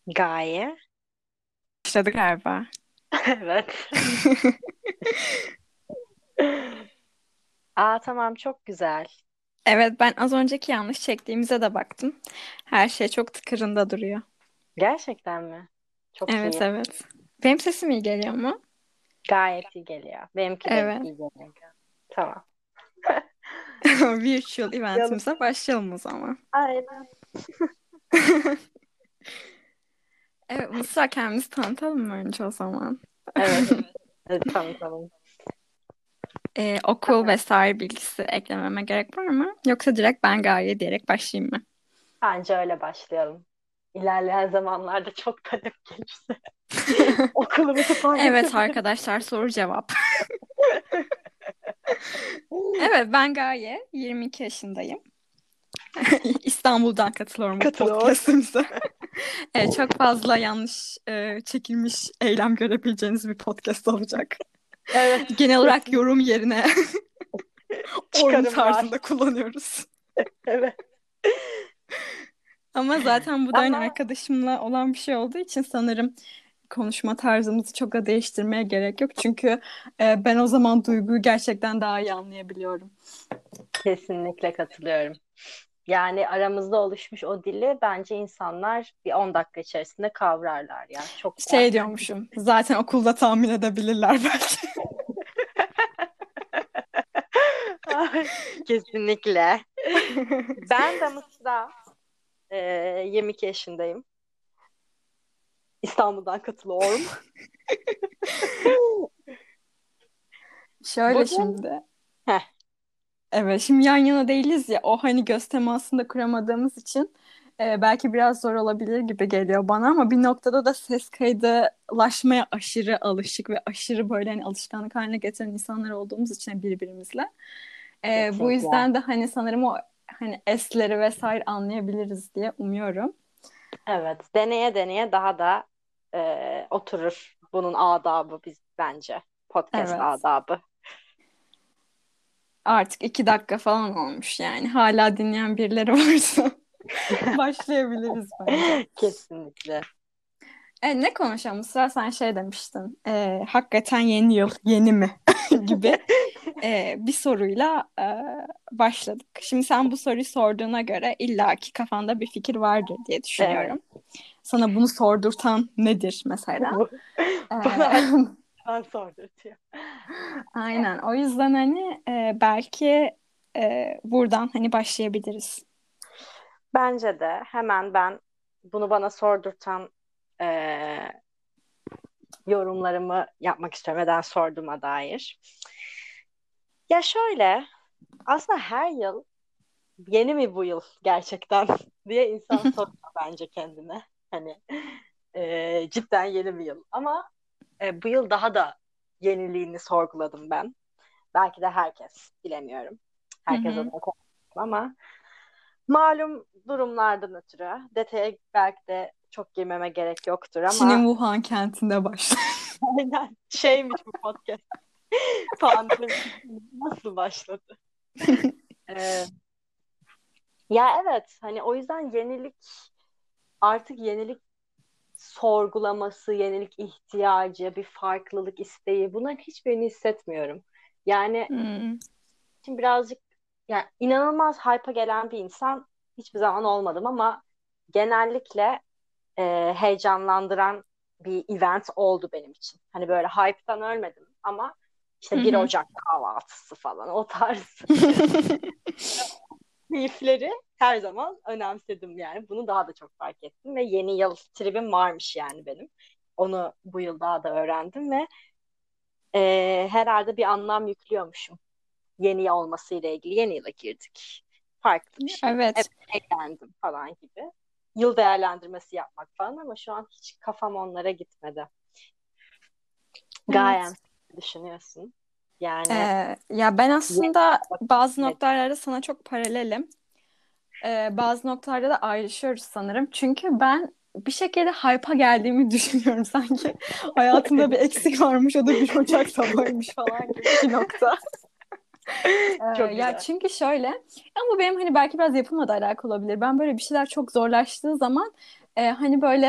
Gaye. Başladı galiba. Evet. Aa, tamam, çok güzel. Evet, ben az önceki yanlış çektiğimize de baktım. Her şey çok tıkırında duruyor. Gerçekten mi? Çok Evet, iyi. evet. Benim sesim iyi geliyor mu? Gayet iyi geliyor. Benimki de Evet. iyi geliyor. Tamam. Virtual Yalım. eventimize başlayalım o zaman. Aynen. Evet, Mısra, kendimizi tanıtalım mı önce o zaman? Evet. Evet, tamam. Okul vesaire bilgisi eklememe gerek var mı? Yoksa direkt ben Gaye diyerek başlayayım mı? Bence öyle başlayalım. İlerleyen zamanlarda çok talep gelirse okulumuzu Evet paylaşabiliriz. arkadaşlar, soru cevap. Evet, ben Gaye, 22 yaşındayım. İstanbul'dan katılıyorum bu Katılıyorum. podcast'imize. Çok fazla yanlış çekilmiş eylem görebileceğiniz bir podcast olacak. Evet. Genel olarak Kesin yorum yerine oyun çıkarımlar. tarzında kullanıyoruz. Evet. Ama zaten bu da hani Ama arkadaşımla olan bir şey olduğu için sanırım konuşma tarzımızı çok da değiştirmeye gerek yok. Çünkü ben o zaman duyguyu gerçekten daha iyi anlayabiliyorum. kesinlikle katılıyorum. Yani aramızda oluşmuş o dili bence insanlar bir 10 dakika içerisinde kavrarlar ya. Çok da. Şey diyormuşum, zaten okulda tahmin edebilirler belki. Ay, kesinlikle. Ben de Mısra, e, 22 yaşındayım. İstanbul'dan katılıyorum. Şöyle Bugün şimdi. heh, Evet, şimdi yan yana değiliz ya, o hani göz temasını kuramadığımız için belki biraz zor olabilir gibi geliyor bana, ama bir noktada da ses kaydılaşmaya aşırı alışık ve aşırı böyle hani alışkanlık haline getiren insanlar olduğumuz için birbirimizle. Bu kesinlikle. yüzden de hani sanırım o hani esleri vesaire anlayabiliriz diye umuyorum. Evet, deneye deneye daha da oturur bunun adabı biz bence. Podcast Evet. adabı. Artık 2 dakika falan olmuş yani. Hala dinleyen birileri varsa başlayabiliriz bence. Kesinlikle. Ne konuşalım? Sıra sen şey demiştin. Hakikaten yeni yıl, yeni mi? gibi bir soruyla başladık. Şimdi sen bu soruyu sorduğuna göre illaki kafanda bir fikir vardır diye Evet. düşünüyorum. Sana bunu sordurtan nedir mesela? Bu- E, Bana arkadaşlar sordurtuyor. aynen. O yüzden hani belki buradan hani başlayabiliriz. Bence de hemen ben bunu bana sordurtan eee, yorumlarımı yapmak istiyorum. Neden sorduğuma dair. Ya şöyle, aslında her yıl yeni mi bu yıl gerçekten diye insan soruyor bence kendine. Hani cidden yeni bir yıl. Ama bu yıl daha da yeniliğini sorguladım ben. Belki de herkes, bilemiyorum. Hı Herkes hı. adına konuşuyorum ama malum durumlardan ötürü detaya belki de çok girmeme gerek yoktur Çin'in ama Wuhan kentinde başladı. aynen şeymiş bu podcast. Pandemi nasıl başladı? Ee, Ya evet, hani o yüzden artık yenilik sorgulaması, yenilik ihtiyacı, bir farklılık isteği, bunların hiçbirini hissetmiyorum. Yani Hmm. şimdi birazcık, yani inanılmaz hype'a gelen bir insan hiçbir zaman olmadım ama genellikle heyecanlandıran bir event oldu benim için. Hani böyle hype'tan ölmedim ama Hı işte bir hı. Ocak kahvaltısı falan o tarz keyifleri her zaman önemsedim yani. Bunu daha da çok fark ettim ve yeni yıl tribim varmış yani benim. Onu bu yıl daha da öğrendim ve herhalde bir anlam yüklüyormuşum. Yeni olmasıyla ilgili yeni yıla girdik. Farklı bir şey. Evet, Evet. eğlendim falan gibi. Yıl değerlendirmesi yapmak falan ama şu an hiç kafam onlara gitmedi. Evet. Gayem düşünüyorsun. Yani Ya ben yeni aslında bazı nedir? noktalarda sana çok paralelim. Bazı noktalarda da ayrışıyoruz sanırım. Çünkü ben bir şekilde hype'a geldiğimi düşünüyorum sanki. Hayatımda bir eksik varmış, o da bir Ocak sabahıymış falan gibi bir nokta. Çok Ya güzel. çünkü şöyle, ama benim hani belki biraz yapımla da alakalı olabilir. Ben böyle bir şeyler çok zorlaştığı zaman hani böyle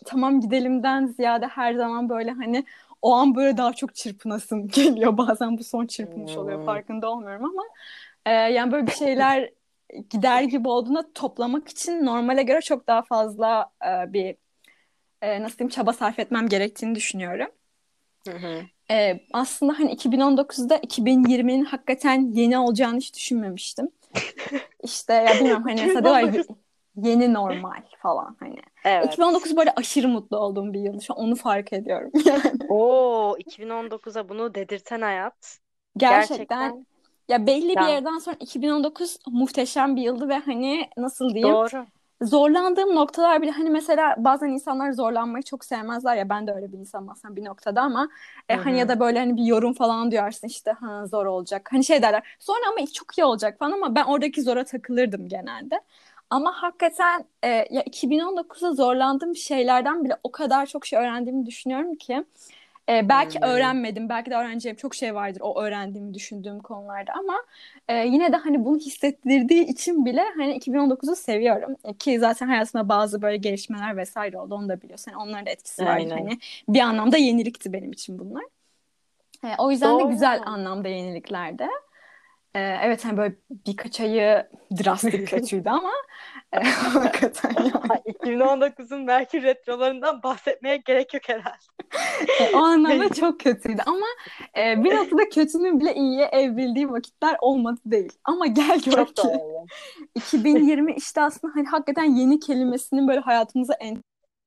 tamam gidelimden ziyade her zaman böyle hani o an böyle daha çok çırpınasım geliyor. Bazen bu son çırpınış oluyor, Hmm. farkında olmuyorum ama yani böyle bir şeyler gider gibi olduğunda toplamak için normale göre çok daha fazla bir nasıl diyeyim, çaba sarf etmem gerektiğini düşünüyorum. Hı hı. Aslında hani 2019'da 2020'nin hakikaten yeni olacağını hiç düşünmemiştim. İşte ya bilmiyorum, hani mesela diyorlar 2019. yeni normal falan hani. Evet. 2019 böyle aşırı mutlu olduğum bir yıl. Şu an onu fark ediyorum yani. Oo, 2019'a bunu dedirten hayat. Gerçekten Gerçekten ya belli bir ya, yerden sonra 2019 muhteşem bir yıldı ve hani nasıl diyeyim, doğru. zorlandığım noktalar bile, hani mesela bazen insanlar zorlanmayı çok sevmezler ya, ben de öyle bir insan aslında bir noktada ama Hı hani ya hı. da böyle hani bir yorum falan duyarsın işte, ha zor olacak hani şey derler sonra ama çok iyi olacak falan, ama ben oradaki zora takılırdım genelde. Ama hakikaten ya 2019'da zorlandığım şeylerden bile o kadar çok şey öğrendiğimi düşünüyorum ki belki Hmm. öğrenmedim, belki de öğreneceğim çok şey vardır o öğrendiğimi düşündüğüm konularda, ama yine de hani bunu hissettirdiği için bile hani 2019'u seviyorum. Ki zaten hayatımda bazı böyle gelişmeler vesaire oldu, onu da biliyorsun. Yani onların da etkisi vardır. Aynen. Hani bir anlamda yenilikti benim için bunlar. O yüzden de güzel Doğru. anlamda yeniliklerdi. Evet hani böyle birkaç ayı drastik kötüydü ama hakikaten yani. 2019'un belki retrolarından bahsetmeye gerek yok herhalde. O anlamda çok kötüydü ama bir noktada kötünün bile iyiye evrildiği vakitler olmadı değil. Ama gel gör Çok ki doğru. 2020 işte aslında hani hakikaten yeni kelimesinin böyle hayatımıza en...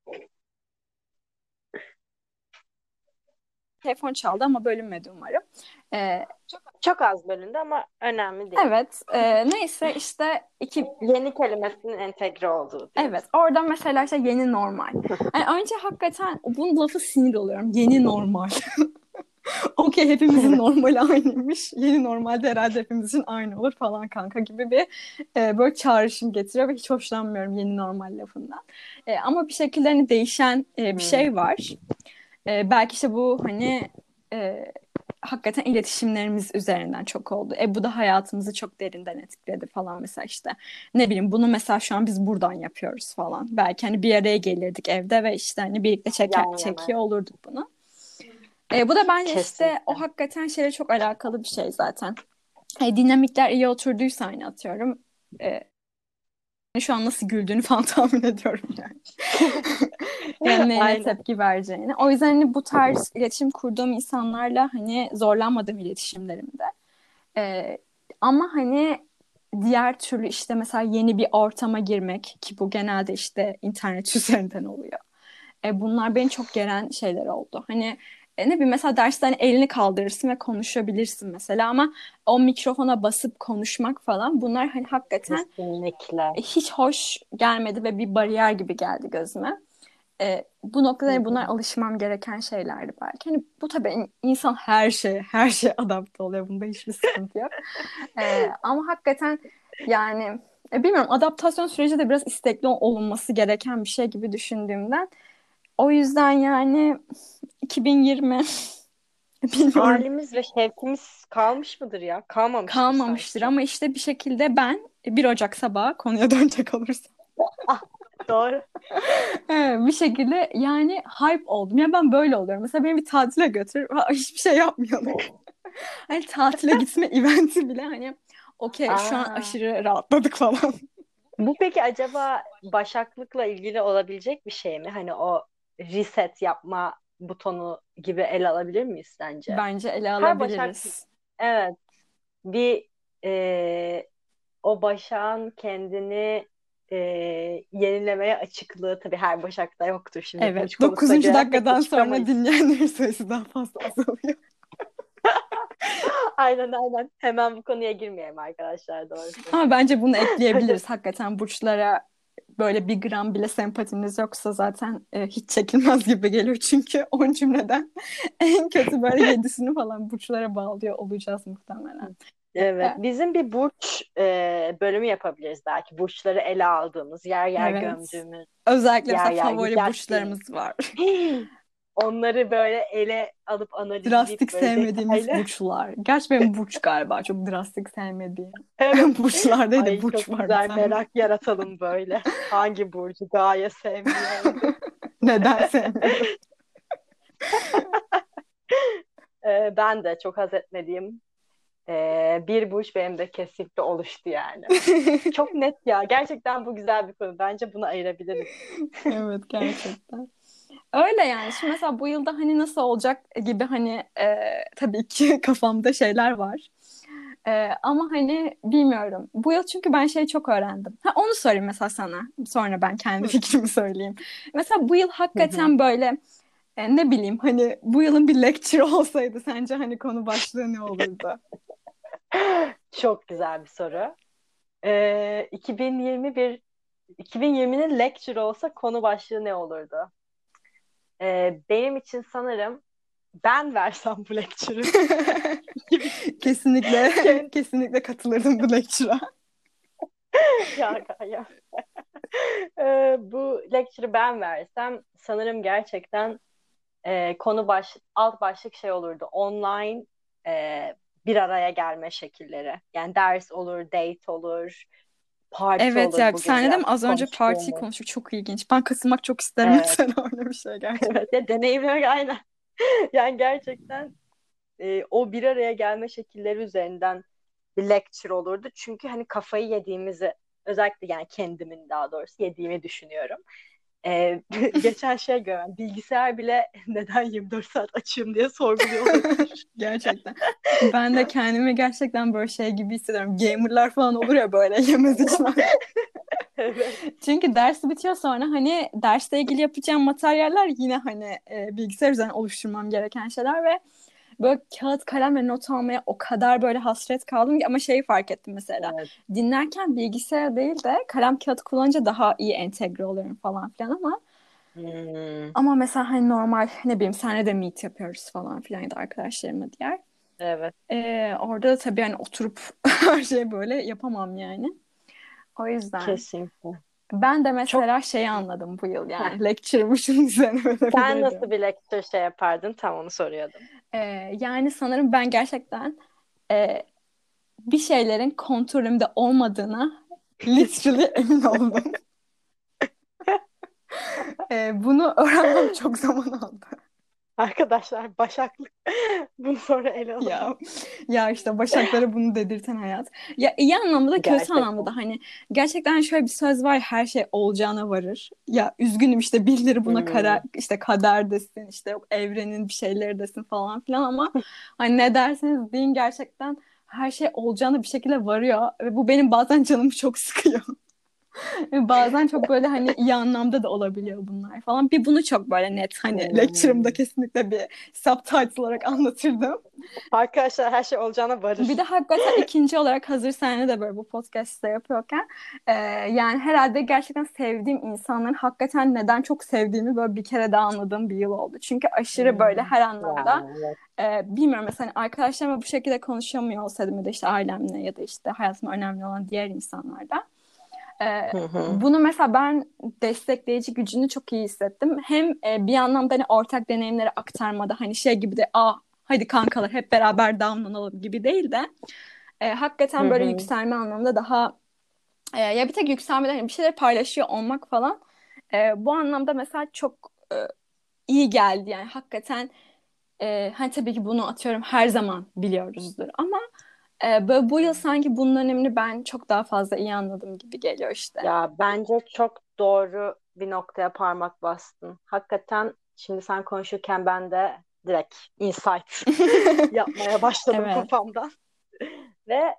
Telefon çaldı ama bölünmedi umarım. E, Çok az bölündü ama önemli değil. evet, neyse işte Yeni kelimesinin entegre olduğu evet, diyorsun. orada mesela işte yeni normal. Yani önce hakikaten bu lafı sinir oluyorum. Yeni normal. Okey, hepimizin Evet. normali aynıymış. Yeni normalde herhalde hepimiz için aynı olur falan kanka gibi bir böyle çağrışım getiriyor ve hiç hoşlanmıyorum yeni normal lafından. Ama bir şekilde hani değişen bir Hmm. şey var. Belki işte bu hani e, hakikaten iletişimlerimiz üzerinden çok oldu. Bu da hayatımızı çok derinden etkiledi falan, mesela işte ne bileyim, bunu mesela şu an biz buradan yapıyoruz falan. Belki hani bir araya gelirdik evde ve işte hani birlikte Yan yana. çekiyor olurduk bunu. Bu da bence işte o Kesinlikle. hakikaten şeyle çok alakalı bir şey zaten. Dinamikler iyi oturduysa hani atıyorum. E, Şu an nasıl güldüğünü falan tahmin ediyorum yani. Yani neyine Aynen. tepki vereceğini. O yüzden hani bu tarz iletişim kurduğum insanlarla hani zorlanmadım iletişimlerimde. E, Ama hani diğer türlü işte mesela yeni bir ortama girmek, ki bu genelde işte internet üzerinden oluyor. Bunlar beni çok geren şeyler oldu. Hani ne bileyim, mesela derste hani elini kaldırırsın ve konuşabilirsin mesela, ama o mikrofona basıp konuşmak falan, bunlar hani hakikaten Kesinlikle. hiç hoş gelmedi ve bir bariyer gibi geldi gözüme. Bu noktada Hı hani hı. bunlar alışmam gereken şeylerdi belki. Hani bu tabii insan her şeye adapte oluyor. Bunda hiçbir sıkıntı yok. Ama hakikaten yani bilmiyorum, adaptasyon süreci de biraz istekli olunması gereken bir şey gibi düşündüğümden. O yüzden yani 2020 bilmiyorum, Halimiz ve şevkimiz kalmış mıdır ya? Kalmamıştır kalmamıştır sanki. ama işte bir şekilde ben 1 Ocak sabahı konuya dönecek olursam Ah, doğru. bir şekilde yani hype oldum. Ya ben böyle oluyorum. Mesela beni bir tatile götür. Hiçbir şey yapmıyorduk. Hani tatile gitme eventi bile hani okey şu an Aa, aşırı rahatladık falan. bu peki acaba başaklıkla ilgili olabilecek bir şey mi? Hani o reset yapma butonu gibi ele alabilir miyiz sence? Bence ele Her başak, alabiliriz. evet, bir o başağın kendini yenilemeye açıklığı tabii her başakta yoktur. Şimdi burç Evet, konusuna 9. girersek de dakikadan sonra çıkamayız. dinleyenlerin sayısı daha fazla azalıyor. Aynen aynen. Hemen bu konuya girmeyelim arkadaşlar, doğru Ama söylüyorsun. bence bunu ekleyebiliriz. Hakikaten burçlara böyle bir gram bile sempatiniz yoksa zaten hiç çekilmez gibi geliyor. Çünkü 10 cümleden en kötü böyle 7'sini falan burçlara bağlıyor olacağız muhtemelen. Evet, E, bizim bir burç bölümü yapabiliriz belki. Burçları ele aldığımız, yer yer Evet. gömdüğümüz, Özellikle yer mesela yer favori yücelttiğimiz. burçlarımız var. Onları böyle ele alıp analizleyip Drastik böyle sevmediğimiz detaylı. burçlar. Gerçi benim burç galiba çok drastik sevmediğim. Evet. Burçlar değil de Ay, burç çok var bir güzel, tane. merak yaratalım böyle. Hangi burcu gaye sevmiyordu? Neden sevmiyorum? Ben de çok haz etmediğim bir burç benim de kesinlikle oluştu yani. Çok net ya. Gerçekten bu güzel bir konu. Bence bunu ayırabiliriz. Evet, gerçekten. Öyle yani. Şimdi mesela bu yılda hani nasıl olacak gibi hani tabii ki kafamda şeyler var. Ama hani bilmiyorum. Bu yıl çünkü ben şeyi çok öğrendim. Ha, onu sorayım mesela sana. Sonra ben kendi Hı fikrimi söyleyeyim. Mesela bu yıl hı. Hı. hakikaten böyle ne bileyim hani bu yılın bir lecture olsaydı sence hani konu başlığı ne olurdu? Çok güzel bir soru. 2021 2020'nin lecture olsa konu başlığı ne olurdu? Benim için sanırım ben versem bu lecture'ı. Kesinlikle Kend- kesinlikle katılırdım bu lecture'a. ya. Bu lecture'ı ben versem sanırım gerçekten alt başlık şey olurdu. Online e, bir araya gelme şekilleri. Yani ders olur, date olur, parti Evet olur ya, bugün senle de mi biraz az önce partiyi konuştuğumuz. konuştuk. Çok ilginç. Ben katılmak çok isterim Evet. mesela, öyle bir şey gerçekten. Evet. Ya, deneyimlemek aynen. Yani gerçekten o bir araya gelme şekilleri üzerinden bir lecture olurdu. Çünkü hani kafayı yediğimizi özellikle yani kendimin daha doğrusu yediğimi düşünüyorum. Geçen şey gören bilgisayar bile neden 24 saat açayım diye sorguluyor olabilir. Gerçekten. Ben de kendimi gerçekten böyle şey gibi hissediyorum. Gamerlar falan olur ya, böyle yemez içmez. Evet. Çünkü dersi bitiyor, sonra hani dersle ilgili yapacağım materyaller yine hani bilgisayar üzerinden oluşturmam gereken şeyler ve böyle kağıt kalemle not almaya o kadar böyle hasret kaldım ki, ama şeyi fark ettim mesela. Evet. Dinlerken bilgisayar değil de kalem kağıt kullanınca daha iyi entegre oluyorum falan filan, Hmm, ama mesela hani normal ne bileyim senle de meet yapıyoruz falan filan ya da arkadaşlarımla diğer. evet. Orada da tabii hani oturup her şeyi böyle yapamam yani. O yüzden Kesinlikle. ben de Çok mesela şeyi anladım bu yıl, Heh. yani lecture'mışın üzerine Sen nasıl verebilirdim. bir lecture şey yapardın? Tam onu soruyordum. Yani sanırım ben gerçekten e, bir şeylerin kontrolümde olmadığına literally emin oldum. Bunu öğrenmem çok zaman aldı. Arkadaşlar Başaklık. Bunu sonra ele alalım. Ya ya işte Başaklara bunu dedirten hayat. Ya iyi anlamda da kötü anlamda Gerçekten. da, hani gerçekten şöyle bir söz var, her şey olacağına varır. Ya üzgünüm, işte birileri buna Hmm. işte kader desin, işte yok evrenin bir şeyleri desin falan filan, ama hani ne derseniz deyin gerçekten her şey olacağına bir şekilde varıyor ve bu benim bazen canımı çok sıkıyor. Bazen çok böyle hani iyi anlamda da olabiliyor bunlar falan. Bir bunu çok böyle net hani lecture'ımda Hmm. kesinlikle bir subtitle olarak anlatırdım. Arkadaşlar her şey olacağına Bir de varır. hakikaten ikinci olarak, hazır seninle de böyle bu podcast'te yapıyorken yani herhalde gerçekten sevdiğim insanların hakikaten neden çok sevdiğimi böyle bir kere daha anladığım bir yıl oldu. Çünkü aşırı böyle Hmm. her Ya, anlamda evet. bilmiyorum, mesela hani arkadaşlarımla bu şekilde konuşamıyor olsaydım ya da işte ailemle ya da işte hayatıma önemli olan diğer insanlarla. E, Hı hı. Bunu mesela ben destekleyici gücünü çok iyi hissettim. Hem bir anlamda hani ortak deneyimleri aktarmada, hani şey gibi de hadi kankalar hep beraber downlanalım gibi değil de Hı hakikaten böyle hı. yükselme anlamında daha ya bir tek yükselmeden hani bir şeyler paylaşıyor olmak falan bu anlamda mesela çok iyi geldi yani hakikaten. Hani tabii ki bunu atıyorum her zaman biliyoruzdur, ama böyle bu yıl sanki bunun önemini ben çok daha fazla iyi anladım gibi geliyor işte. Ya bence çok doğru bir noktaya parmak bastın. Hakikaten şimdi sen konuşurken ben de direkt insight yapmaya başladım Evet. kafamdan. Ve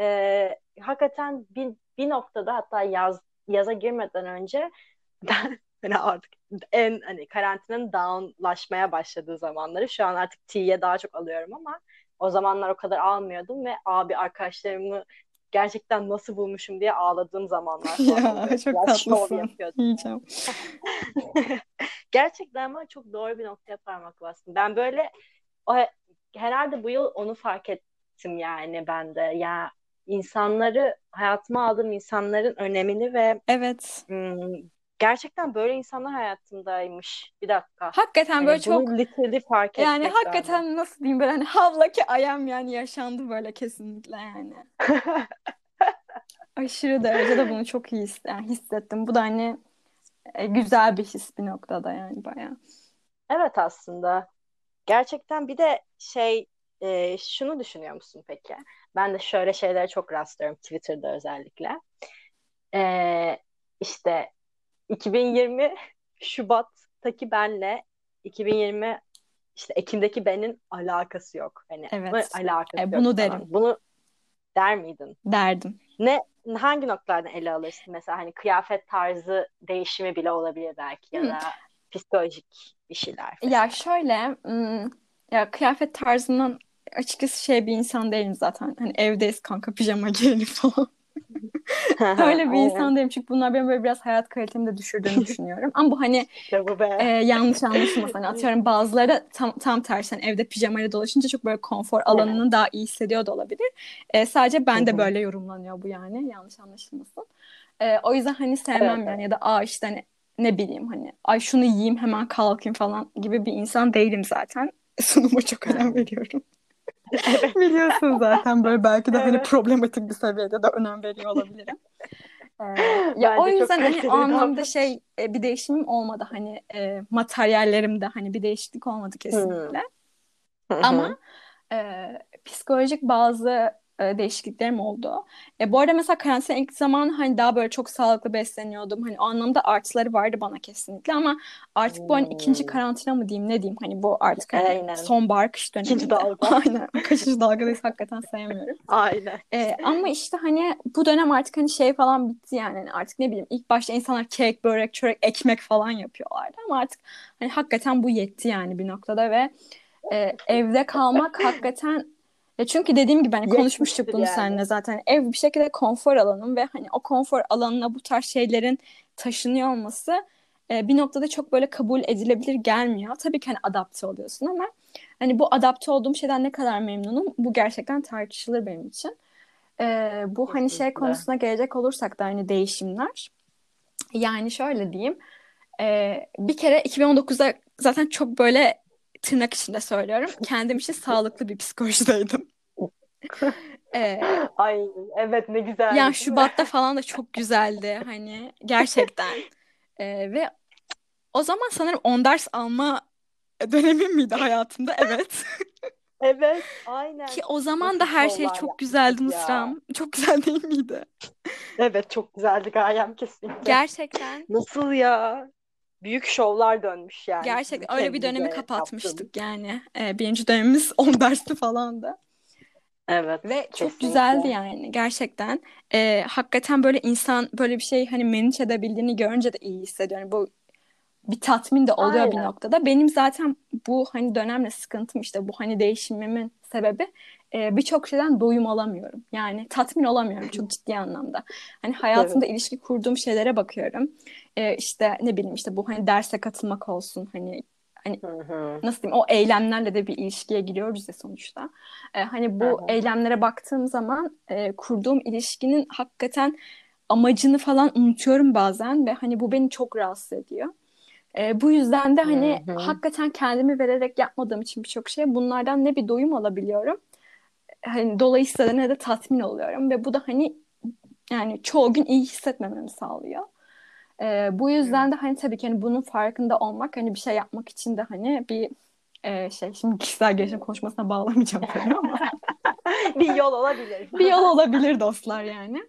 hakikaten bir noktada hatta yaza girmeden önce ben hani artık en hani karantinanın downlaşmaya başladığı zamanları şu an artık T'ye daha çok alıyorum ama o zamanlar o kadar almıyordum ve abi arkadaşlarımı gerçekten nasıl bulmuşum diye ağladığım zamanlar falan Ya oluyordu. çok Biraz şov tatlısın. yapıyordum yani. Yiyeceğim. Gerçekten ama çok doğru bir noktaya parmak bastım. Ben böyle o, herhalde bu yıl onu fark ettim yani ben de. Ya insanları hayatıma aldığım insanların önemini ve Evet. hmm, gerçekten böyle insanlar hayatımdaymış. Bir dakika. Hakikaten böyle Hani bunu çok, literally fark yani etmek galiba. hakikaten nasıl diyeyim, böyle hani havla ki ayam yani yaşandı böyle kesinlikle yani. Aşırı derecede bunu çok iyi yani hissettim. Bu da hani güzel bir his bir noktada yani bayağı. Evet aslında. Gerçekten bir de şunu düşünüyor musun peki? Ben de şöyle şeylere çok rastlıyorum Twitter'da özellikle. E, işte 2020 Şubat'taki benle 2020 işte Ekim'deki benin alakası yok. Hani Evet. alakası yok Bunu falan. derim. Bunu der miydin? Derdim. Ne hangi noktalardan ele alırsın? Mesela hani kıyafet tarzı değişimi bile olabilir belki ya Hmm. da psikolojik bir şeyler Ya vesaire. şöyle, ya kıyafet tarzından açıkçası bir insan değilim zaten. Hani evdeyiz kanka pijama giyelim falan. Öyle bir Aynen. insan değilim çünkü bunlar benim böyle biraz hayat kalitemi de düşürdüğünü düşünüyorum. Ama bu hani İşte bu be. yanlış anlaşılmasın. Hani atıyorum bazıları da tam tersi. Hani evde pijamayla dolaşınca çok böyle konfor Evet. alanını daha iyi hissediyor da olabilir. Sadece Hı ben de hı. böyle yorumlanıyor bu yani. Yanlış anlaşılmasın. O yüzden hani Evet, sevmem yani. evet. Ya da işte hani ne bileyim hani ay şunu yiyeyim hemen kalkayım falan gibi bir insan değilim zaten. Sunuma çok Hı önem hı. veriyorum. Evet. Biliyorsun zaten böyle belki de hani Evet. problematik bir seviyede de önem veriyor olabilirim. Ee, Ya o Bence çok yüzden hani o kaliteli bir anlamda davranış. bir değişimim olmadı hani materyallerimde hani bir değişiklik olmadı Hı. kesinlikle. Hı Ama hı. psikolojik bazı değişikliklerim oldu. Bu arada mesela karantina ilk zaman hani daha böyle çok sağlıklı besleniyordum. Hani o anlamda artıları vardı bana kesinlikle ama artık bu hani ikinci Hmm. karantina mı diyeyim ne diyeyim hani bu artık hani Aynen. sonbahar kış İkinci döneminde. dalga. Aynen. Kaçıncı dalgadayız hakikaten sayamıyorum. Aynen. Ama işte hani bu dönem artık hani falan bitti yani. Hani artık ne bileyim ilk başta insanlar kek, börek, çörek, ekmek falan yapıyorlardı ama artık hani hakikaten bu yetti yani bir noktada ve evde kalmak hakikaten çünkü dediğim gibi hani konuşmuştuk Yetmiştir bunu yani. seninle zaten ev bir şekilde konfor alanım ve hani o konfor alanına bu tarz şeylerin taşınıyor olması bir noktada çok böyle kabul edilebilir gelmiyor. Tabii ki hani adapte oluyorsun ama hani bu adapte olduğum şeyden ne kadar memnunum bu gerçekten tartışılır benim için. Bu hani Kesinlikle. konusuna gelecek olursak da hani değişimler. Yani şöyle diyeyim. Bir kere 2019'da zaten çok böyle tırnak içinde söylüyorum. Kendim için sağlıklı bir psikolojideydim. Ee, Ay evet ne Yani güzeldi değil mi? Şubat'ta falan da çok güzeldi hani gerçekten. Ve o zaman sanırım 10 ders alma dönemim miydi hayatımda? Evet. Evet, Ki aynen. o zaman da Nasıl her şey şovlar çok güzeldi yapmıştık ya. Mısra'm. Çok güzel değil miydi? Evet, çok güzeldi Gayem kesinlikle. Gerçekten. Nasıl ya? Büyük şovlar dönmüş yani sizin Gerçekten öyle bir dönemi kendinize yaptığınız. kapatmıştık yani. Birinci dönemimiz 10 dersti falandı. Evet, Ve çok güzeldi kesinlikle. yani gerçekten. Hakikaten böyle insan böyle bir şey hani manage edebildiğini görünce de iyi hissediyor. Yani bu bir tatmin de oluyor bir Aynen. noktada. Benim zaten bu hani dönemle sıkıntım işte bu hani değişimimin sebebi birçok şeyden doyum alamıyorum. Yani tatmin olamıyorum çok ciddi anlamda. Hani hayatımda Evet. ilişki kurduğum şeylere bakıyorum. İşte ne bileyim işte bu hani derse katılmak olsun hani Hı hı. nasıl diyeyim o eylemlerle de bir ilişkiye giriyoruz ya sonuçta. Hani Hı bu hı. eylemlere baktığım zaman kurduğum ilişkinin hakikaten amacını falan unutuyorum bazen ve hani bu beni çok rahatsız ediyor. Bu yüzden de Hı hani hı. hakikaten kendimi vererek yapmadığım için birçok şey bunlardan ne bir doyum alabiliyorum. Hani dolayısıyla da ne de tatmin oluyorum ve bu da hani yani çoğu gün iyi hissetmememi sağlıyor. Bu yüzden de hani tabii ki hani bunun farkında olmak hani bir şey yapmak için de hani bir şimdi kişisel gelişim konuşmasına bağlamayacağım tabii ama Bir yol olabilir. bir yol olabilir dostlar yani.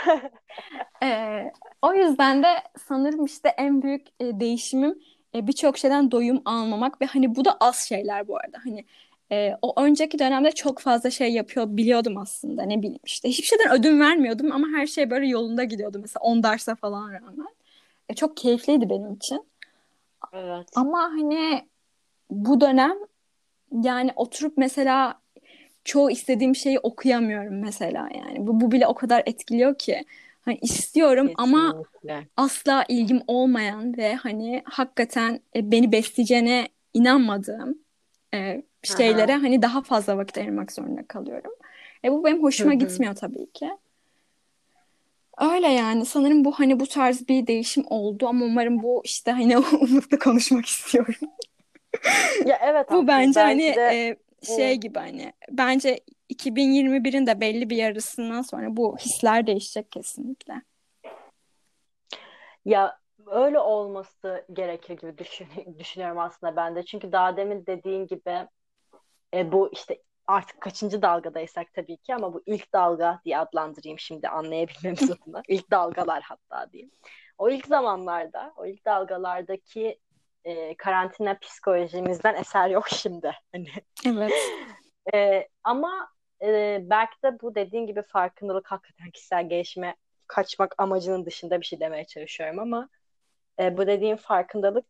O yüzden de sanırım işte en büyük değişimim birçok şeyden doyum almamak ve hani bu da az şeyler bu arada. Hani o önceki dönemde çok fazla şey yapıyor biliyordum aslında ne bileyim işte hiçbir şeyden ödün vermiyordum ama her şey böyle yolunda gidiyordu mesela 10 derse falan rağmen. Çok keyifliydi benim için. Evet. Ama hani bu dönem yani oturup mesela çoğu istediğim şeyi okuyamıyorum mesela yani. Bu bile o kadar etkiliyor ki. Hani istiyorum ama Kesinlikle. asla ilgim olmayan ve hani hakikaten beni besleyeceğine inanmadığım Hı şeylere hı. hani daha fazla vakit ayırmak zorunda kalıyorum. Bu benim Hı hoşuma hı. gitmiyor tabii ki. Öyle yani sanırım bu hani bu tarz bir değişim oldu ama umarım bu işte hani Umut'la konuşmak istiyorum. Ya evet Bu aslında bence hani belki de şey gibi hani bence 2021'in de belli bir yarısından sonra bu hisler değişecek kesinlikle. ya öyle olması gerekir gibi düşünüyorum aslında ben de. Çünkü daha demin dediğin gibi bu işte artık kaçıncı dalgadaysak tabii ki, ama bu ilk dalga diye adlandırayım şimdi anlayabilmemiz adına. İlk dalgalar hatta diyeyim. O ilk zamanlarda, o ilk dalgalardaki karantina psikolojimizden eser yok şimdi. Hani Evet. ama belki de bu dediğin gibi farkındalık hakikaten kişisel gelişime kaçmak amacının dışında bir şey demeye çalışıyorum, ama bu dediğim farkındalık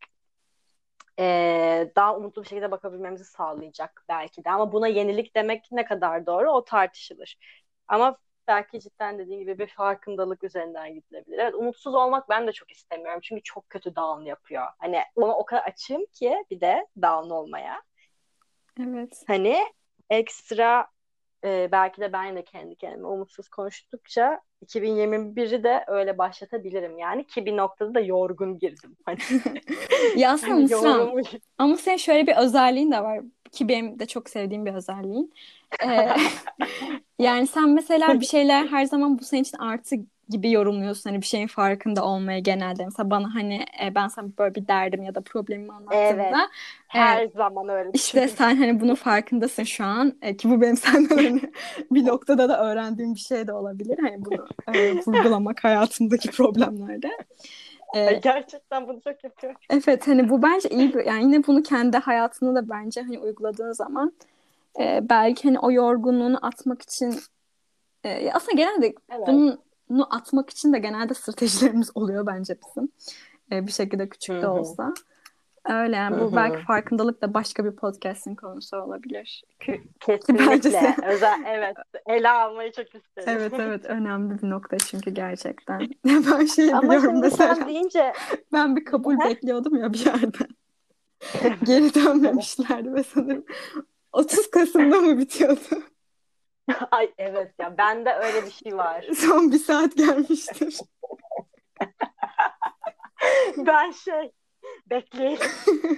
daha umutlu bir şekilde bakabilmemizi sağlayacak belki de. Ama buna yenilik demek ne kadar doğru, o tartışılır. Ama belki cidden dediğin gibi bir farkındalık üzerinden gidilebilir. Evet, umutsuz olmak ben de çok istemiyorum. Çünkü çok kötü down yapıyor. Hani ona o kadar açığım ki bir de down olmaya. Evet. Hani ekstra belki de ben de kendi kendime umutsuz konuştukça 2021'i de öyle başlatabilirim yani, ki bir noktada da yorgun girdim. Hani, Ya aslında hani Mısran, yorulmuş. ama senin şöyle bir özelliğin de var ki benim de çok sevdiğim bir özelliğin. Ee, Yani sen mesela bir şeyler her zaman bu senin için artı gibi yorumluyorsun. Hani bir şeyin farkında olmaya genelde. Mesela bana hani ben sana böyle bir derdim ya da problemimi Evet. anlattığımda e, Her zaman öyle işte düşünürüm. sen hani bunun farkındasın şu an. Ki bu benim senden hani bir noktada da öğrendiğim bir şey de olabilir. Hani bunu vurgulamak hayatımdaki problemlerde. Ay, E, gerçekten bunu çok yapıyorum. evet, hani bu bence iyi bir, yani yine bunu kendi hayatında da bence hani uyguladığın zaman belki hani o yorgunluğunu atmak için aslında genelde Evet. bunu atmak için de genelde stratejilerimiz oluyor bence bizim. Bir şekilde küçük Hı de hı. olsa. Öyle yani, Hı bu belki hı. farkındalık da başka bir podcast'in konusu olabilir. Ki bence Kesinlikle. Evet. Ele almayı çok isterim. evet, evet, önemli bir nokta çünkü gerçekten. Ben şeyi Ama biliyorum şimdi mesela. sen deyince Ben bir kabul bekliyordum ya bir yerden. Geri evet. dönmemişlerdi ve sanırım 30 Kasım'da mı bitiyordu? Ay, evet ya, bende öyle bir şey var. Son bir saat gelmiştir. Ben bekleyelim.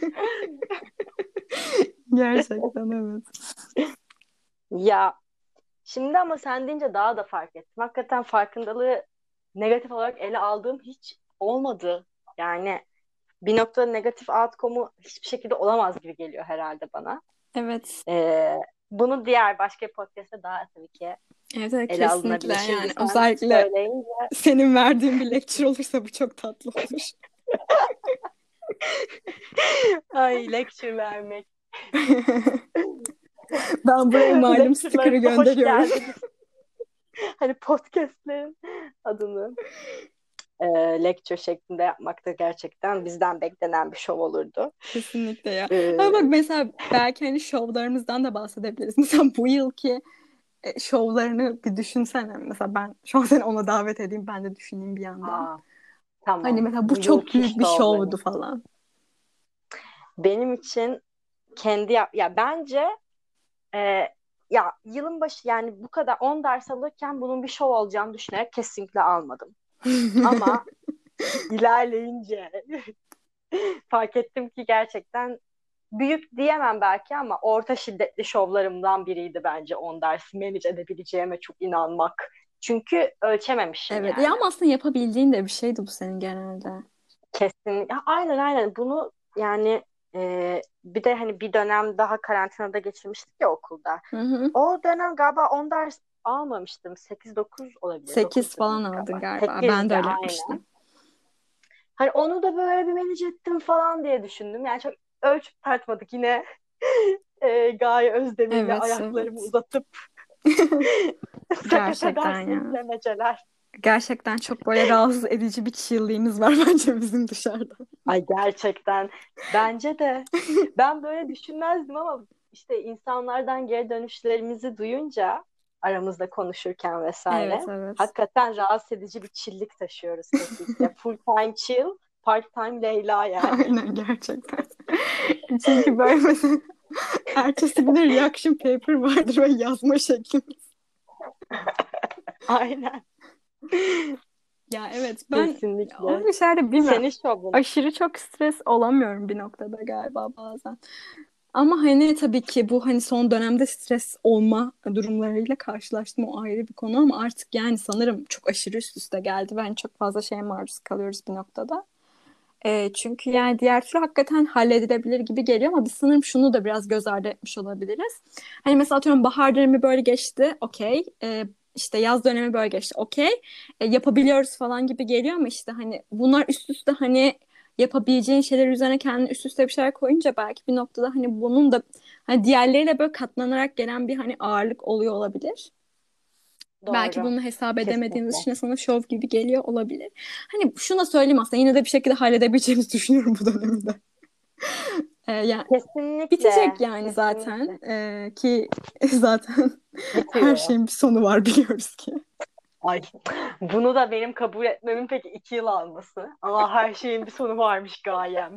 Gerçekten evet. Ya şimdi ama sen deyince daha da fark ettim. Hakikaten farkındalığı negatif olarak ele aldığım hiç olmadı. Yani bir noktada negatif outcome'u hiçbir şekilde olamaz gibi geliyor herhalde bana. Evet. Ee, Bunu diğer başka bir podcast'te daha tabii ki Evet, evet, ele kesinlikle alınabilir. Şimdi yani sen özellikle söyleyince senin verdiğin bir lecture olursa bu çok tatlı olur. ay, lecture vermek. Ben buraya malum sticker'ı Lecture'larınıza hoş gönderiyorum. geldiniz. Hani podcast'lerin adını e, lecture şeklinde yapmak da gerçekten bizden beklenen bir şov olurdu. Kesinlikle ya. Ama bak Ee, mesela belki hani şovlarımızdan da bahsedebiliriz. Mesela bu yılki şovlarını bir düşünsene. Mesela ben şu an seni ona davet edeyim, ben de düşüneyim bir yandan. aa, Hani tamam. mesela bu Bu çok yılki büyük bir şovdu şovlarım. falan. Benim için ya bence e, ya yılın başı yani bu kadar 10 ders alırken bunun bir şov olacağını düşünerek kesinlikle almadım. Ama ilerleyince fark ettim ki gerçekten büyük diyemem belki ama orta şiddetli şovlarımdan biriydi bence 10 dersi manage edebileceğime çok inanmak. Çünkü ölçememişim Evet ya, yani. ama aslında yapabildiğin de bir şeydi bu senin genelde. Kesinlikle. Aynen, aynen. Bunu yani bir de hani bir dönem daha karantinada geçirmiştik ya okulda. Hı hı. O dönem galiba 10 ders almamıştım. 8-9 olabilir. 8 9 da falan değildi aldın galiba. galiba. Ben de 8'de öyle aynen. yapmıştım. Hani onu da böyle bir manage ettim falan diye düşündüm. Yani çok ölçüp tartmadık yine. Gaye Özdemir'le Evet, ayaklarımı evet. uzatıp sakata Gerçekten dersi ya. izlemeceler. Gerçekten çok böyle rahatsız edici bir chill'liğimiz var bence bizim dışarıda. Ay, gerçekten bence de ben böyle düşünmezdim ama işte insanlardan geri dönüşlerimizi duyunca aramızda konuşurken Evet, vesaire evet. hakikaten rahatsız edici bir chilllik taşıyoruz kesinlikle. Full time chill, part time Leyla yani. Aynen, gerçekten. Çünkü böyle mesela ertesi güne reaction paper vardır ve yazma şeklimiz. Aynen. Ya evet, ben o Kesinlikle. işlerde bilmiyorum. Senin şovun. Aşırı çok stres olamıyorum bir noktada galiba bazen. Ama hani tabii ki bu hani son dönemde stres olma durumlarıyla karşılaştım, o ayrı bir konu, ama artık yani sanırım çok aşırı üst üste geldi. Ben çok fazla şeye maruz kalıyoruz bir noktada. Çünkü yani diğer türlü hakikaten halledilebilir gibi geliyor ama biz sanırım şunu da biraz göz ardı etmiş olabiliriz. Hani mesela atıyorum bahar dönemi böyle geçti, okey. İşte yaz dönemi böyle geçti, okey. Yapabiliyoruz falan gibi geliyor ama işte hani bunlar üst üste hani yapabileceğin şeyler üzerine kendini üst üste bir şeyler koyunca belki bir noktada hani bunun da hani diğerleriyle böyle katlanarak gelen bir hani ağırlık oluyor olabilir. Belki Doğru. bunu hesap edemediğimiz Kesinlikle. için de sana şov gibi geliyor olabilir. Hani şunu da söyleyeyim aslında yine de bir şekilde halledebileceğimizi düşünüyorum bu dönemde. Yani bitecek Kesinlikle. yani zaten. Kesinlikle. Ki zaten her Bitiyor. şeyin bir sonu var biliyoruz ki. Ay. Bunu da benim kabul etmemin peki 2 yıl alması. Ama her şeyin bir sonu varmış gayem.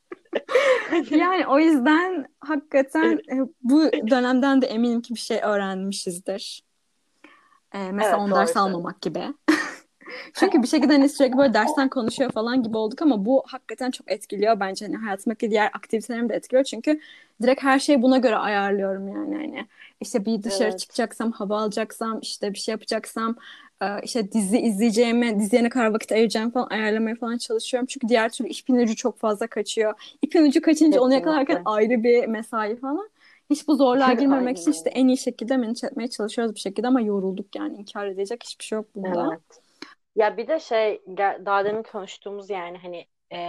Hani Yani o yüzden hakikaten bu dönemden de eminim ki bir şey öğrenmişizdir. Mesela evet, on doğru ders söylüyorsun. almamak gibi. Çünkü bir şekilde hani sürekli böyle dersten konuşuyor falan gibi olduk ama bu hakikaten çok etkiliyor bence hani hayatımdaki diğer aktivitelerimi de etkiliyor çünkü direkt her şeyi buna göre ayarlıyorum yani hani işte bir dışarı Evet. çıkacaksam hava alacaksam işte bir şey yapacaksam işte dizi izleyeceğime diziye ne kadar vakit ayıracağım falan ayarlamaya falan çalışıyorum çünkü diğer türlü ipin ucu çok fazla kaçıyor. İpin ucu kaçınca onu yakalarken Kesinlikle. ayrı bir mesai falan. Hiç bu zorluğa girmemek Aynen için işte öyle. en iyi şekilde manage etmeye çalışıyoruz bir şekilde ama yorulduk yani inkar edecek hiçbir şey yok bunda. Evet. Ya bir de şey daha demin konuştuğumuz yani hani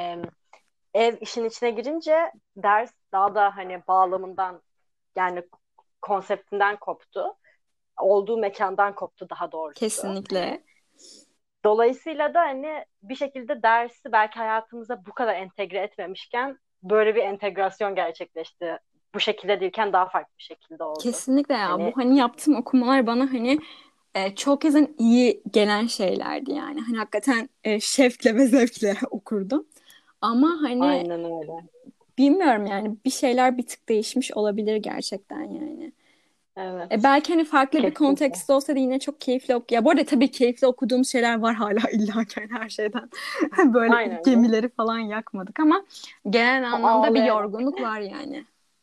ev işin içine girince ders daha da hani bağlamından yani konseptinden koptu. Olduğu mekandan koptu daha doğrusu. Hani Kesinlikle. dolayısıyla da hani bir şekilde dersi belki hayatımıza bu kadar entegre etmemişken böyle bir entegrasyon gerçekleşti. Bu şekilde değilken daha farklı bir şekilde oldu. Kesinlikle ya. Bu Hani hani yaptığım okumalar bana hani çok kez hani iyi gelen şeylerdi yani. Hani hakikaten şevkle ve zevkle okurdum. Ama hani aynen öyle. bilmiyorum yani bir şeyler bir tık değişmiş olabilir gerçekten yani. Evet. Belki hani farklı bir Kesinlikle. kontekst olsaydı yine çok keyifli Ya bu arada tabii keyifli okuduğum şeyler var hala illa ki hani her şeyden böyle Aynen canım. gemileri falan yakmadık ama genel anlamda bir Ağlayarak. yorgunluk var yani.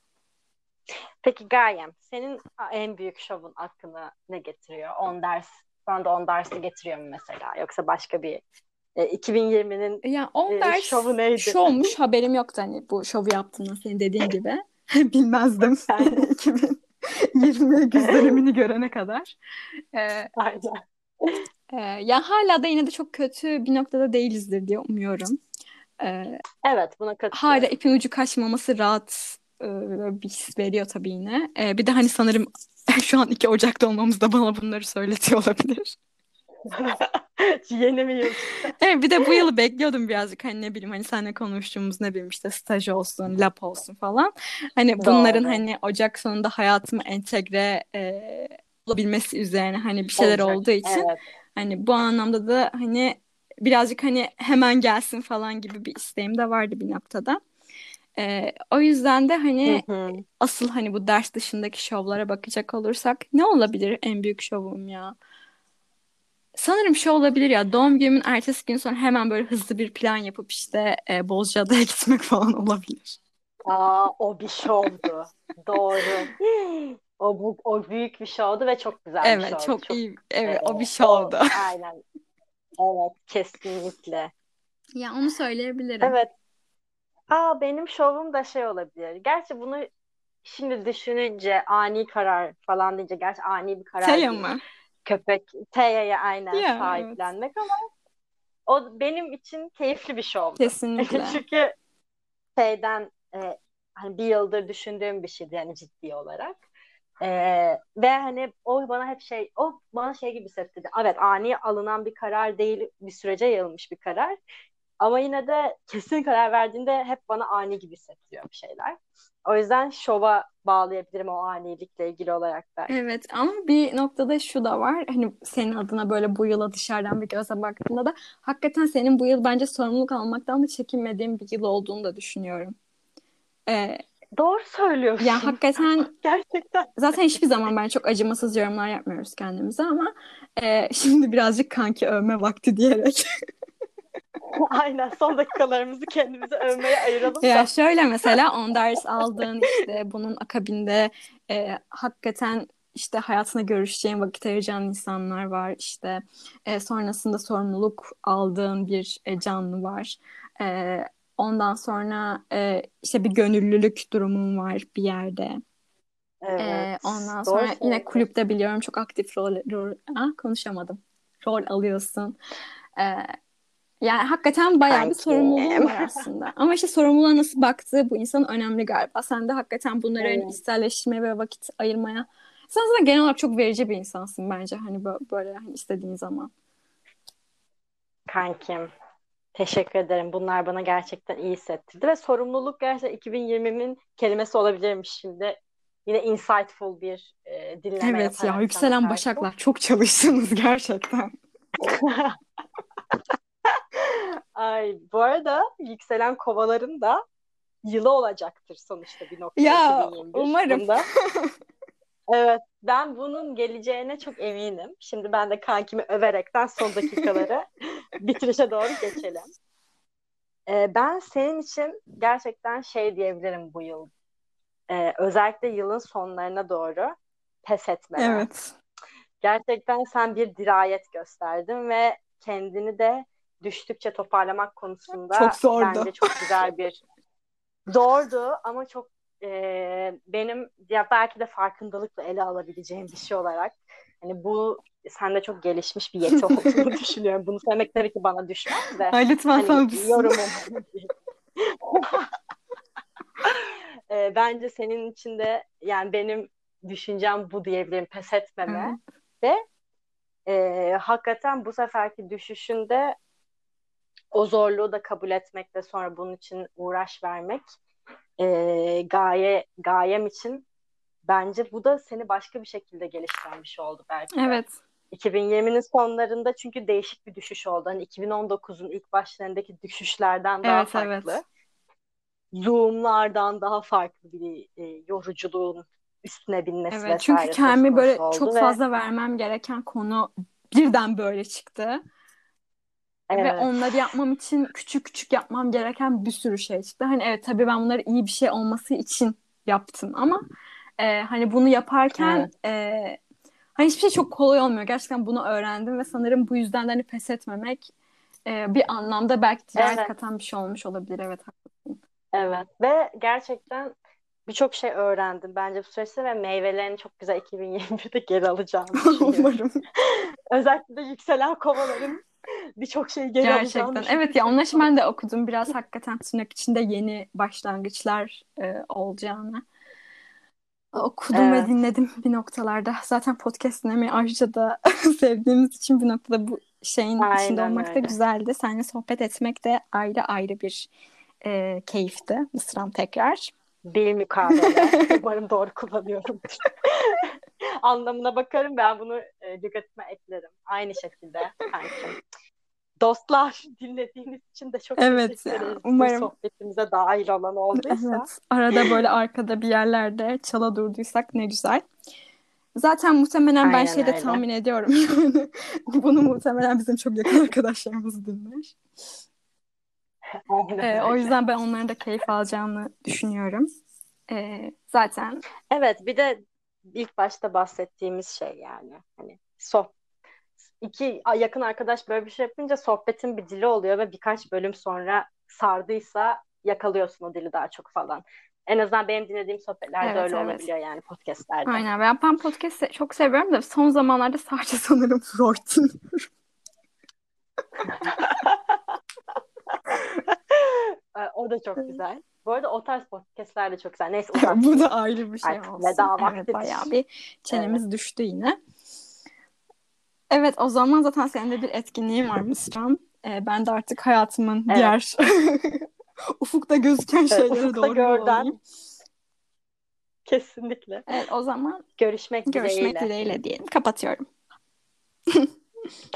Peki Gayem, senin en büyük şovun aklına ne getiriyor? 10 ders, şu anda 10 dersi getiriyor mu mesela? Yoksa başka bir 2020'nin Ya 10 ders şovu neydi? şovmuş haberim yoktu hani bu şovu yaptığımda senin dediğin gibi. Bilmezdim Yani, 2020 güz dönemini görene kadar. Ee, aynen. Ya hala da yine de çok kötü bir noktada değilizdir diye umuyorum. Ee, Evet, buna Hala katılıyorum. ipin ucu kaçmaması rahat bir his veriyor tabii yine. Bir de hani sanırım şu an 2 Ocak'ta olmamız da bana bunları söyletiyor olabilir. Yeni mi yıl çıktı? Evet bir de bu yılı bekliyordum birazcık hani ne bileyim hani seninle konuştuğumuz ne bileyim işte staj olsun, lab olsun falan. Hani bunların Doğru. hani Ocak sonunda hayatıma entegre olabilmesi üzerine hani bir şeyler Olacak. olduğu için Evet. hani bu anlamda da hani birazcık hani hemen gelsin falan gibi bir isteğim de vardı bir noktada. O yüzden de Hı hani hı. asıl hani bu ders dışındaki şovlara bakacak olursak ne olabilir en büyük şovum ya? Sanırım şey olabilir ya doğum günümün ertesi gün sonra hemen böyle hızlı bir plan yapıp işte Bozcaada'ya gitmek falan olabilir. O bir şovdu. Doğru. O büyük bir şovdu ve çok güzel bir Evet şovdu. çok Çok iyi. Evet o bir o şovdu. aynen. Evet, kesinlikle. Ya onu söyleyebilirim. Evet. Benim şovum da şey olabilir. Gerçi bunu şimdi düşününce ani karar falan deyince gerçi ani bir karar Taya değil. mı? Köpek Teya'ya aynen Ya evet. sahiplenmek ama o benim için keyifli bir şovdu. Kesinlikle. Çünkü şeyden hani bir yıldır düşündüğüm bir şeydi yani ciddi olarak. Ve hani o bana şey gibi hissettirdi. Evet, ani alınan bir karar değil, bir sürece yayılmış bir karar. Ama yine de kesin karar verdiğinde hep bana ani gibi hissettiriyor bir şeyler. O yüzden şova bağlayabilirim o anilikle ilgili olarak belki. Evet ama bir noktada şu da var. Hani senin adına böyle bu yıla dışarıdan bir göze baktığında da hakikaten senin bu yıl bence sorumluluk almaktan da çekinmediğin bir yıl olduğunu da düşünüyorum. Ee, Doğru Yani söylüyorsun. hakikaten Gerçekten. zaten hiçbir zaman ben çok acımasız yorumlar yapmıyoruz kendimize ama şimdi birazcık kanki övme vakti diyerek. Aynen, son dakikalarımızı kendimize övmeye ayıralım Ya da. şöyle mesela on ders aldığın işte bunun akabinde hakikaten işte hayatına görüşeceğin vakit ayıracağın insanlar var işte sonrasında sorumluluk aldığın bir canlı var. Ondan sonra işte bir gönüllülük durumum var bir yerde. Evet. Ondan Doğru sonra yine söylüyorsun. kulüpte biliyorum çok aktif konuşamadım. Rol alıyorsun. Ee, Yani hakikaten bayağı bir sorumluluğum Kankim. var aslında. Ama işte sorumluluğa nasıl baktığı bu insanın önemli galiba. Sen de hakikaten bunları hani Evet. içselleştirmeye ve vakit ayırmaya. Sen zaten genel olarak çok verici bir insansın bence hani böyle hani istediğin zaman. Kankim. Teşekkür ederim. Bunlar bana gerçekten iyi hissettirdi ve sorumluluk gerçekten 2020'nin kelimesi olabilirmiş şimdi. Yine insightful bir dinleme Evet ya, yaparak sana yükselen karşı. başaklar çok çalıştınız gerçekten. Ay, bu arada yükselen kovaların da yılı olacaktır sonuçta bir noktada Ya 2021. umarım. Bunda evet, ben bunun geleceğine çok eminim. Şimdi ben de kankimi överekten son dakikaları bitirişe doğru geçelim. Ben senin için gerçekten şey diyebilirim bu yıl. Özellikle yılın sonlarına doğru pes etmeme. Evet. Gerçekten sen bir dirayet gösterdin ve kendini de düştükçe toparlamak Çok konusunda bence zordu. çok güzel bir zordu ama çok benim ya belki de farkındalıkla ele alabileceğim bir şey olarak hani bu sende çok gelişmiş bir yeti olduğunu düşünüyorum. Bunu söylemek tabii ki bana düşmez de Ay lütfen hani sana düşsün. yorumum. Bence senin için de yani benim düşüncem bu diyebilirim, pes etmeme Evet. ve hakikaten bu seferki düşüşünde o zorluğu da kabul etmek ve sonra bunun için uğraş vermek gayem için bence bu da seni başka bir şekilde geliştirmiş oldu belki de. Evet. 2020'nin sonlarında çünkü değişik bir düşüş oldu. Hani 2019'un ilk başlarındaki düşüşlerden daha Evet, evet. farklı. Zoom'lardan daha farklı bir yoruculuğun üstüne binmesi Evet. Çünkü vesaire söz kendimi konusu böyle çok oldu ve fazla vermem gereken konu birden böyle çıktı. Ve evet, onları yapmam için küçük küçük yapmam gereken bir sürü şey çıktı. Hani evet, tabii ben bunları iyi bir şey olması için yaptım ama hani bunu yaparken evet, hani hiçbir şey çok kolay olmuyor. Gerçekten bunu öğrendim ve sanırım bu yüzden de hani pes etmemek bir anlamda belki dirayet evet, katan bir şey olmuş olabilir. Evet, haklısın. evet ve gerçekten birçok şey öğrendim bence bu süreçte ve meyvelerini çok güzel 2021'de geri alacağını düşünüyorum. Umarım. Özellikle de yükselen kovaların birçok şeyi geri alacağını Gerçekten. düşünüyorum. Evet ya, Çok onlar için sağ ol. ben de okudum. Biraz hakikaten tırnak içinde yeni başlangıçlar olacağını. Okudum ve Evet, dinledim bir noktalarda. Zaten podcast dinlemeyi ayrıca da sevdiğimiz için bir noktada bu şeyin içinde aynen olmak da öyle. güzeldi. Seninle sohbet etmek de ayrı ayrı bir keyifti. Mısram tekrar. Bil mukabele. Umarım doğru kullanıyorumdur. Anlamına bakarım ben bunu dikkatime eklerim. Aynı şekilde kankim. Dostlar dinlediğiniz için de çok Evet teşekkür ya, ederiz. Bu umarım. sohbetimize dahil olan olduysa. Evet, arada böyle arkada bir yerlerde çala durduysak ne güzel. Zaten muhtemelen ben Aynen şey de öyle. tahmin ediyorum yani. Bunu muhtemelen bizim çok yakın arkadaşlarımız dinler. Aynen O öyle. yüzden ben onların da keyif alacağını düşünüyorum. Zaten Evet, bir de ilk başta bahsettiğimiz şey yani. Hani iki yakın arkadaş böyle bir şey yapınca sohbetin bir dili oluyor ve birkaç bölüm sonra sardıysa yakalıyorsun o dili daha çok falan. En azından benim dinlediğim sohbetlerde evet, öyle evet. olabiliyor yani podcastlerde. Aynen. Ben podcast çok seviyorum da son zamanlarda sadece sanırım Freud dinliyorum. O da çok güzel. Bu arada o tarz podcastler de çok güzel. Neyse Bu da uzatmayayım. ayrı bir şey Artık olsun. veda Evet, bayağı vaktidir. bir Evet. çenemiz düştü yine. Evet, o zaman zaten senin de bir etkinliğin var Mısran. Ben de artık hayatımın Evet. diğer ufukta gözüken Evet. şeylere Ufukta doğru yol alayım. görden kesinlikle. Evet, o zaman Görüşmek görüşmek dileğiyle. dileğiyle diyelim. Kapatıyorum.